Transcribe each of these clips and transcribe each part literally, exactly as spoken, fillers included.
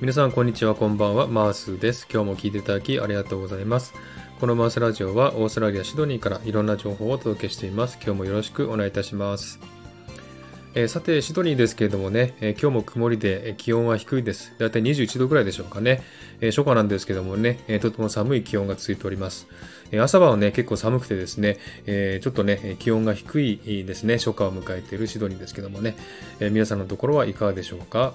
皆さんこんにちは、こんばんは。マースです。今日も聞いていただきありがとうございます。このマースラジオはオーストラリアシドニーからいろんな情報をお届けしています。今日もよろしくお願いいたします。えー、さてシドニーですけれどもね、えー、今日も曇りで、えー、気温は低いです。だいたいにじゅういちどぐらいでしょうかね。えー、初夏なんですけどもね、えー、とても寒い気温が続いております。えー、朝晩はね結構寒くてですね、えー、ちょっとね気温が低いですね。初夏を迎えているシドニーですけどもね、えー、皆さんのところはいかがでしょうか。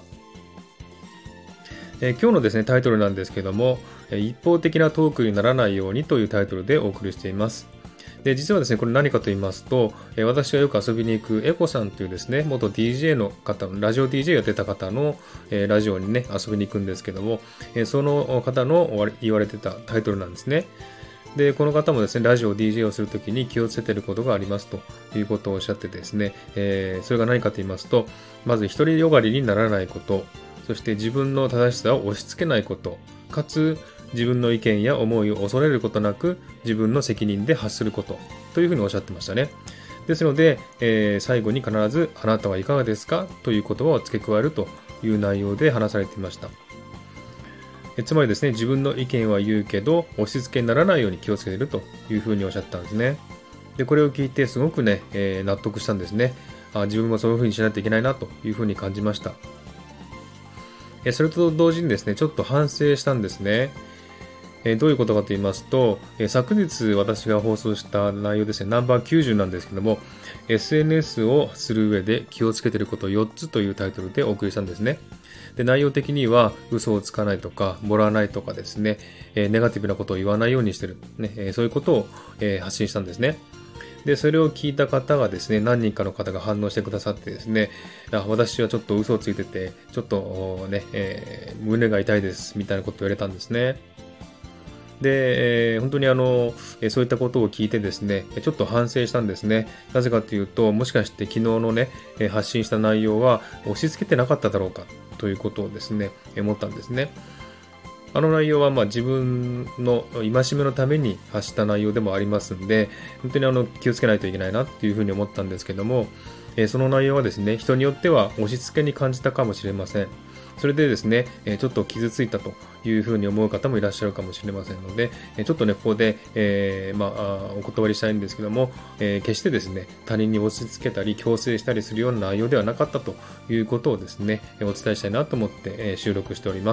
えー、今日のですねタイトルなんですけども、一方的なトークにならないようにというタイトルでお送りしています。で実はですねこれ何かと言いますと、えー、私がよく遊びに行くエコさんというですね元 ディージェー の方のラジオ ディージェー やってた方の、えー、ラジオにね遊びに行くんですけども、えー、その方の言われてたタイトルなんですね。でこの方もですねラジオ ディージェー をするときに気をつけていることがありますということをおっしゃってですね、えー、それが何かと言いますと、まず独りよがりにならないこと、そして自分の正しさを押し付けないこと、かつ自分の意見や思いを恐れることなく自分の責任で発することというふうにおっしゃってましたね。ですので、えー、最後に必ずあなたはいかがですかという言葉を付け加えるという内容で話されていました。えつまりですね、自分の意見は言うけど押し付けにならないように気をつけているというふうにおっしゃったんですね。でこれを聞いてすごくね、えー、納得したんですね。あ自分もそういうふうにしないといけないなというふうに感じました。それと同時にですねちょっと反省したんですね。どういうことかと言いますと、昨日私が放送した内容ですね、ナンバーきゅうじゅうなんですけども、エスエヌエス をする上で気をつけていることよっつというタイトルでお送りしたんですね。で内容的には嘘をつかないとか盛らないとかですね、ネガティブなことを言わないようにしている、ね、そういうことを発信したんですね。でそれを聞いた方がですね何人かの方が反応してくださってですね、あ私はちょっと嘘をついててちょっとね、えー、胸が痛いですみたいなことを言われたんですね。で、えー、本当にあのそういったことを聞いてですねちょっと反省したんですね。なぜかというと、もしかして昨日のね発信した内容は押し付けてなかっただろうかということをですね思ったんですね。あの内容はまあ自分の戒めのために発した内容でもありますんで、本当にあの気をつけないといけないなっていうふうに思ったんですけども、えー、その内容はですね人によっては押し付けに感じたかもしれません。それでですねちょっと傷ついたというふうに思う方もいらっしゃるかもしれませんので、ちょっとねここで、えー、まあお断りしたいんですけども、えー、決してですね他人に押し付けたり強制したりするような内容ではなかったということをですねお伝えしたいなと思って収録しております。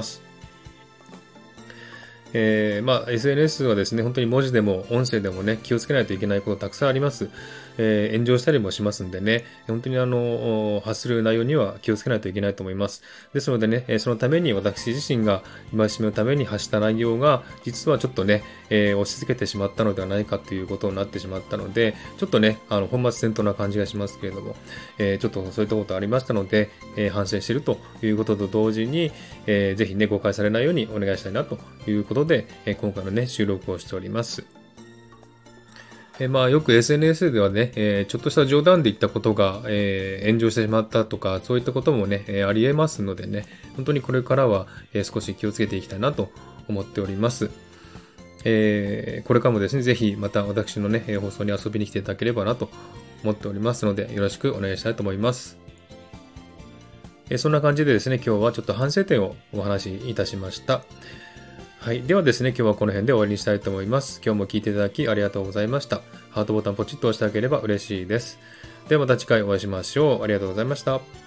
えーまあ、エスエヌエス はですね、本当に文字でも音声でもね、気をつけないといけないことたくさんあります。えー、炎上したりもしますんでね、本当にあの、発する内容には気をつけないといけないと思います。ですのでね、そのために私自身が戒めのために発した内容が、実はちょっとね、えー、押し付けてしまったのではないかということになってしまったので、ちょっとね、あの、本末転倒な感じがしますけれども、えー、ちょっとそういったことありましたので、えー、反省しているということと同時に、えー、ぜひね、誤解されないようにお願いしたいなということで、で今回のね収録をしております。えまあよく エスエヌエス ではね、えー、ちょっとした冗談で言ったことが、えー、炎上してしまったとかそういったこともね、えー、ありえますのでね、本当にこれからは、えー、少し気をつけていきたいなと思っております。えー、これからもですねぜひまた私のね放送に遊びに来ていただければなと思っておりますので、よろしくお願いしたいと思います。えー、そんな感じでですね今日はちょっと反省点をお話しいたしました。はい。ではですね、今日はこの辺で終わりにしたいと思います。今日も聞いていただきありがとうございました。ハートボタンポチッと押してあげれば嬉しいです。ではまた次回お会いしましょう。ありがとうございました。